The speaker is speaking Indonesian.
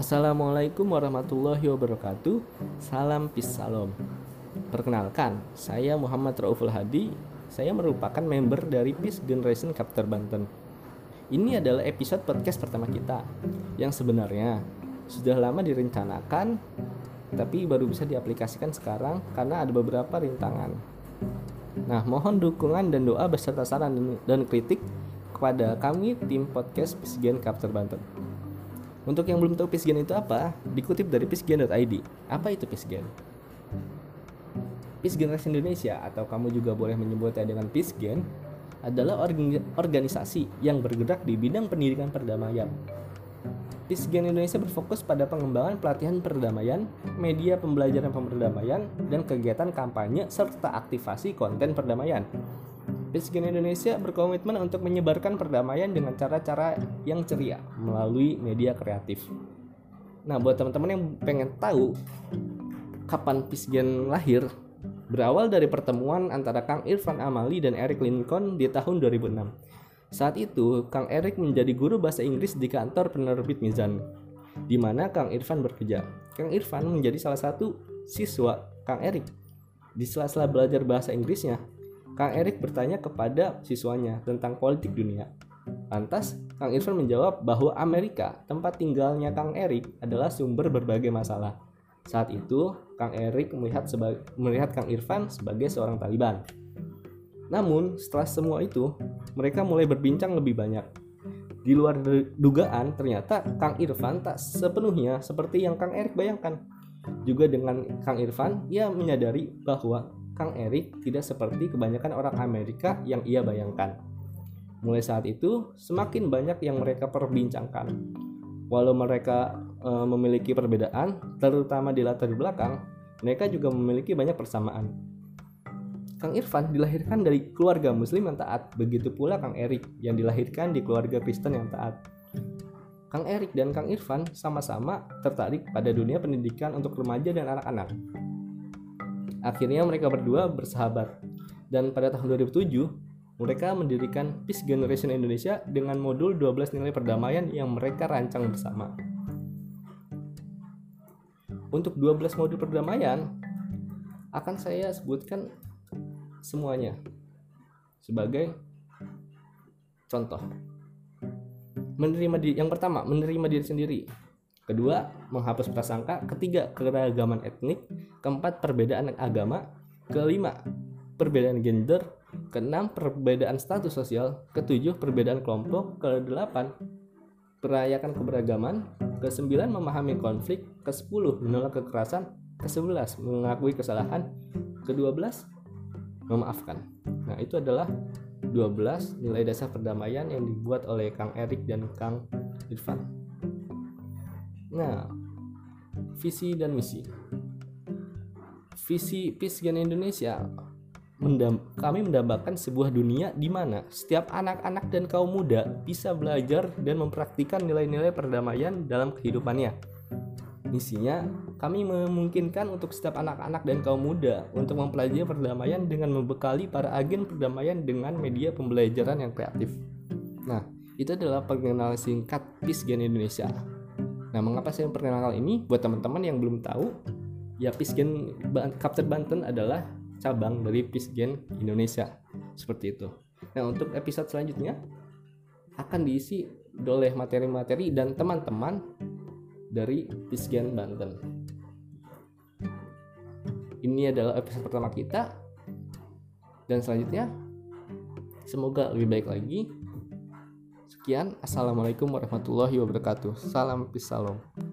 Assalamualaikum warahmatullahi wabarakatuh. Salam peace salam. Perkenalkan, saya Muhammad Rauful Hadi. Saya merupakan member dari Peace Generation Chapter Banten. Ini adalah episode podcast pertama kita yang sebenarnya sudah lama direncanakan, tapi baru bisa diaplikasikan sekarang karena ada beberapa rintangan. Nah, mohon dukungan dan doa beserta saran dan kritik kepada kami tim podcast Peace Gen Chapter Banten. Untuk yang belum tahu Peacegen itu apa, dikutip dari peacegen.id. Apa itu Peacegen? Peace Generation Indonesia, atau kamu juga boleh menyebutnya dengan Peacegen, adalah organisasi yang bergerak di bidang pendidikan perdamaian. Peacegen Indonesia berfokus pada pengembangan pelatihan perdamaian, media pembelajaran perdamaian, dan kegiatan kampanye serta aktivasi konten perdamaian. Peacegen Indonesia berkomitmen untuk menyebarkan perdamaian dengan cara-cara yang ceria melalui media kreatif. Nah, buat teman-teman yang pengen tahu kapan Peacegen lahir, berawal dari pertemuan antara Kang Irfan Amali dan Eric Lincoln di tahun 2006. Saat itu, Kang Eric menjadi guru bahasa Inggris di kantor penerbit Mizan, di mana Kang Irfan bekerja. Kang Irfan menjadi salah satu siswa Kang Eric. Di sela-sela belajar bahasa Inggrisnya, Kang Eric bertanya kepada siswanya tentang politik dunia. Lantas, Kang Irfan menjawab bahwa Amerika, tempat tinggalnya Kang Eric, adalah sumber berbagai masalah. Saat itu, Kang Eric melihat Kang Irfan sebagai seorang Taliban. Namun, setelah semua itu, mereka mulai berbincang lebih banyak. Di luar dugaan, ternyata Kang Irfan tak sepenuhnya seperti yang Kang Eric bayangkan. Juga dengan Kang Irfan, ia menyadari bahwa Kang Eric tidak seperti kebanyakan orang Amerika yang ia bayangkan. Mulai saat itu, semakin banyak yang mereka perbincangkan. Walau mereka memiliki perbedaan, terutama di latar belakang, mereka juga memiliki banyak persamaan. Kang Irfan dilahirkan dari keluarga Muslim yang taat, begitu pula Kang Eric yang dilahirkan di keluarga Kristen yang taat. Kang Eric dan Kang Irfan sama-sama tertarik pada dunia pendidikan untuk remaja dan anak-anak. Akhirnya mereka berdua bersahabat, dan pada tahun 2007 mereka mendirikan Peace Generation Indonesia dengan modul 12 nilai perdamaian yang mereka rancang bersama. Untuk 12 modul perdamaian akan saya sebutkan semuanya sebagai contoh. Yang pertama, menerima diri sendiri. Kedua, menghapus prasangka. Ketiga, keragaman etnik. Keempat, perbedaan agama. Kelima, perbedaan gender. Keenam, perbedaan status sosial. Ketujuh, perbedaan kelompok. Kedelapan, merayakan keberagaman. Kesembilan, memahami konflik. Kesepuluh, menolak kekerasan. Kesebelas, mengakui kesalahan. Kedua belas, memaafkan. Nah, itu adalah 12 nilai dasar perdamaian yang dibuat oleh Kang Eric dan Kang Irfan. Nah, visi dan misi. Visi Peacegen Indonesia, kami mendambakan sebuah dunia di mana setiap anak-anak dan kaum muda bisa belajar dan mempraktikkan nilai-nilai perdamaian dalam kehidupannya. Misinya, kami memungkinkan untuk setiap anak-anak dan kaum muda untuk mempelajari perdamaian dengan membekali para agen perdamaian dengan media pembelajaran yang kreatif. Nah, itu adalah perkenalan singkat Peacegen Indonesia. Nah, mengapa saya memperkenalkan ini? Buat teman-teman yang belum tahu, ya Peacegen Chapter Banten adalah cabang dari Peacegen Indonesia. Seperti itu. Nah, untuk episode selanjutnya akan diisi oleh materi-materi dan teman-teman dari Peacegen Banten. Ini adalah episode pertama kita. Dan selanjutnya semoga lebih baik lagi. Sekian, assalamualaikum warahmatullahi wabarakatuh. Salam peace salam.